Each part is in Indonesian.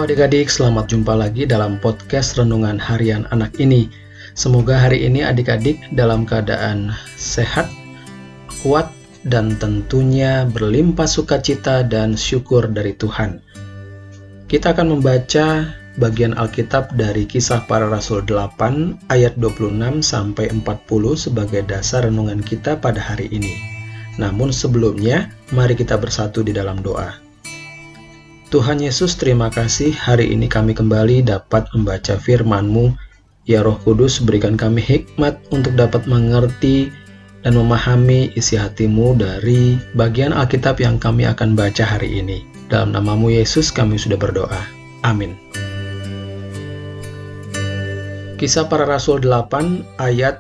Halo adik-adik, selamat jumpa lagi dalam podcast Renungan Harian Anak ini. Semoga hari ini adik-adik dalam keadaan sehat, kuat, dan tentunya berlimpah sukacita dan syukur dari Tuhan. Kita akan membaca bagian Alkitab dari Kisah Para Rasul 8 ayat 26 sampai 40 sebagai dasar renungan kita pada hari ini. Namun sebelumnya, mari kita bersatu di dalam doa. Tuhan Yesus, terima kasih hari ini kami kembali dapat membaca firman-Mu. Ya Roh Kudus, berikan kami hikmat untuk dapat mengerti dan memahami isi hati-Mu dari bagian Alkitab yang kami akan baca hari ini. Dalam nama-Mu Yesus kami sudah berdoa. Amin. Kisah Para Rasul 8 ayat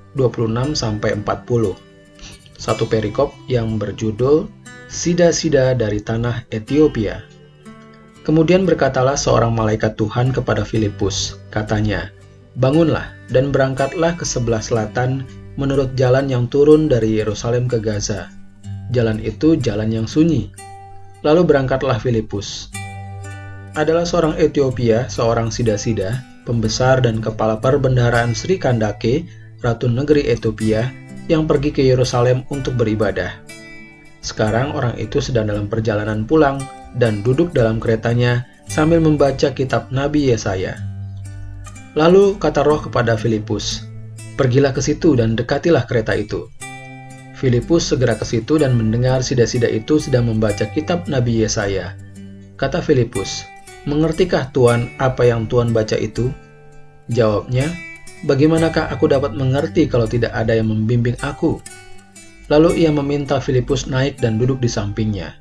26-40. Satu perikop yang berjudul Sida-sida dari tanah Ethiopia. Kemudian berkatalah seorang malaikat Tuhan kepada Filipus, katanya, "Bangunlah dan berangkatlah ke sebelah selatan menurut jalan yang turun dari Yerusalem ke Gaza. Jalan itu jalan yang sunyi." Lalu berangkatlah Filipus. Adalah seorang Ethiopia, seorang sida-sida, pembesar dan kepala perbendaharaan Sri Kandake, Ratu Negeri Ethiopia, yang pergi ke Yerusalem untuk beribadah. Sekarang orang itu sedang dalam perjalanan pulang dan duduk dalam keretanya sambil membaca kitab Nabi Yesaya. Lalu kata Roh kepada Filipus, "Pergilah ke situ dan dekatilah kereta itu." Filipus segera ke situ dan mendengar sida-sida itu sedang membaca kitab Nabi Yesaya. Kata Filipus, "Mengertikah Tuan apa yang Tuan baca itu?" Jawabnya, "Bagaimanakah aku dapat mengerti kalau tidak ada yang membimbing aku?" Lalu ia meminta Filipus naik dan duduk di sampingnya.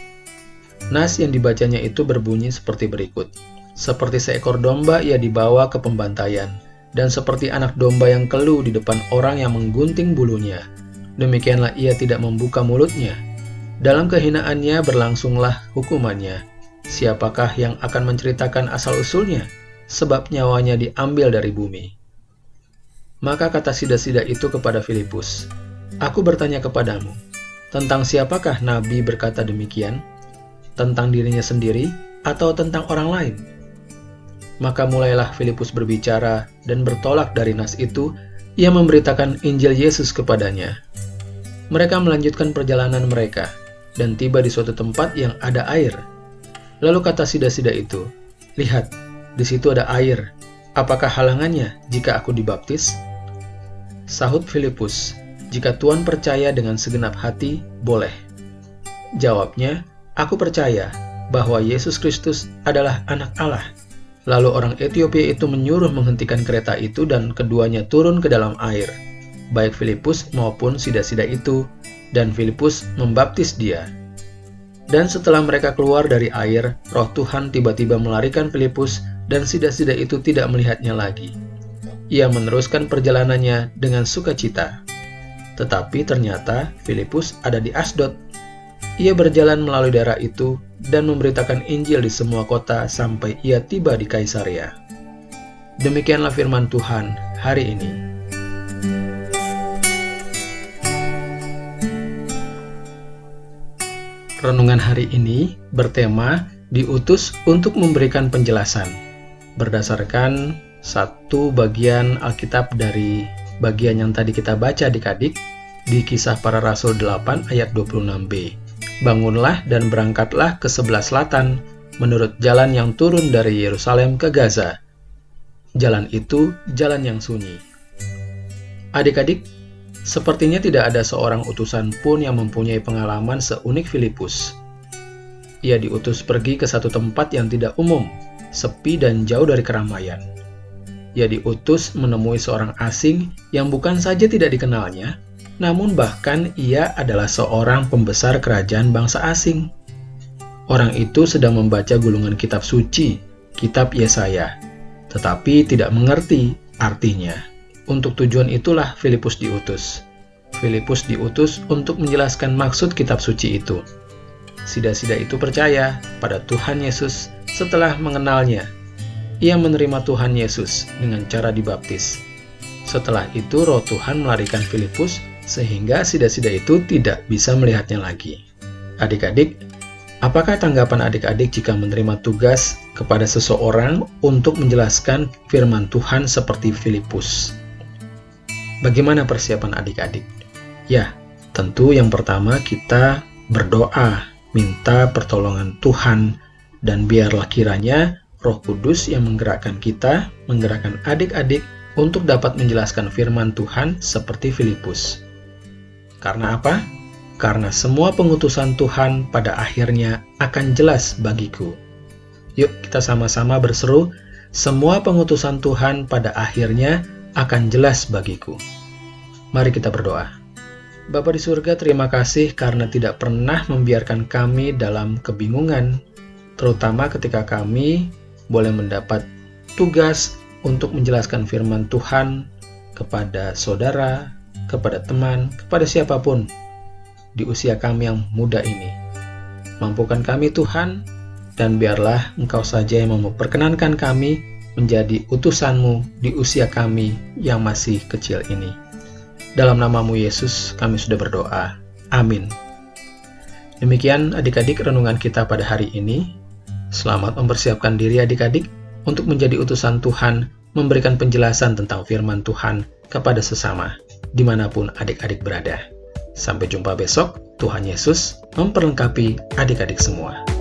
Nas yang dibacanya itu berbunyi seperti berikut. Seperti seekor domba ia dibawa ke pembantaian, dan seperti anak domba yang keluh di depan orang yang menggunting bulunya. Demikianlah ia tidak membuka mulutnya. Dalam kehinaannya berlangsunglah hukumannya. Siapakah yang akan menceritakan asal-usulnya? Sebab nyawanya diambil dari bumi. Maka kata sida-sida itu kepada Filipus, "Aku bertanya kepadamu, tentang siapakah Nabi berkata demikian? Tentang dirinya sendiri atau tentang orang lain?" Maka mulailah Filipus berbicara dan bertolak dari nas itu, ia memberitakan Injil Yesus kepadanya. Mereka melanjutkan perjalanan mereka dan tiba di suatu tempat yang ada air. Lalu kata sida-sida itu, "Lihat, di situ ada air. Apakah halangannya jika aku dibaptis?" Sahut Filipus, "Jika Tuan percaya dengan segenap hati, boleh." Jawabnya, "Aku percaya bahwa Yesus Kristus adalah Anak Allah." Lalu orang Ethiopia itu menyuruh menghentikan kereta itu dan keduanya turun ke dalam air, baik Filipus maupun sida-sida itu, dan Filipus membaptis dia. Dan setelah mereka keluar dari air, Roh Tuhan tiba-tiba melarikan Filipus dan sida-sida itu tidak melihatnya lagi. Ia meneruskan perjalanannya dengan sukacita. Tetapi ternyata Filipus ada di Asdod. Ia berjalan melalui daerah itu dan memberitakan Injil di semua kota sampai ia tiba di Kaisarea. Demikianlah firman Tuhan hari ini. Renungan hari ini bertema diutus untuk memberikan penjelasan. Berdasarkan satu bagian Alkitab dari bagian yang tadi kita baca adik-adik di Kisah Para Rasul 8 ayat 26b. "Bangunlah dan berangkatlah ke sebelah selatan menurut jalan yang turun dari Yerusalem ke Gaza. Jalan itu jalan yang sunyi." Adik-adik, sepertinya tidak ada seorang utusan pun yang mempunyai pengalaman seunik Filipus. Ia diutus pergi ke satu tempat yang tidak umum, sepi dan jauh dari keramaian. Ia diutus menemui seorang asing yang bukan saja tidak dikenalnya, namun bahkan ia adalah seorang pembesar kerajaan bangsa asing. Orang itu sedang membaca gulungan kitab suci, kitab Yesaya, tetapi tidak mengerti artinya. Untuk tujuan itulah Filipus diutus. Filipus diutus untuk menjelaskan maksud kitab suci itu. Sida-sida itu percaya pada Tuhan Yesus setelah mengenalnya. Ia menerima Tuhan Yesus dengan cara dibaptis. Setelah itu Roh Tuhan melarikan Filipus sehingga sida-sida itu tidak bisa melihatnya lagi. Adik-adik, Apakah tanggapan adik-adik jika menerima tugas kepada seseorang untuk menjelaskan firman Tuhan seperti Filipus? Bagaimana persiapan adik-adik? Ya, tentu yang pertama kita berdoa, minta pertolongan Tuhan, dan biarlah kiranya Roh Kudus yang menggerakkan kita, menggerakkan adik-adik untuk dapat menjelaskan firman Tuhan seperti Filipus. Karena apa? Karena semua pengutusan Tuhan pada akhirnya akan jelas bagiku. Yuk kita sama-sama berseru, semua pengutusan Tuhan pada akhirnya akan jelas bagiku. Mari kita berdoa. Bapa di surga, terima kasih karena tidak pernah membiarkan kami dalam kebingungan, terutama ketika kami boleh mendapat tugas untuk menjelaskan firman Tuhan kepada saudara, kepada teman, kepada siapapun di usia kami yang muda ini. Mampukan kami Tuhan, dan biarlah Engkau saja yang memperkenankan kami menjadi utusan-Mu di usia kami yang masih kecil ini. Dalam nama-Mu Yesus kami sudah berdoa. Amin. Demikian adik-adik renungan kita pada hari ini. Selamat mempersiapkan diri adik-adik untuk menjadi utusan Tuhan, memberikan penjelasan tentang firman Tuhan kepada sesama, dimanapun adik-adik berada. Sampai jumpa besok, Tuhan Yesus memperlengkapi adik-adik semua.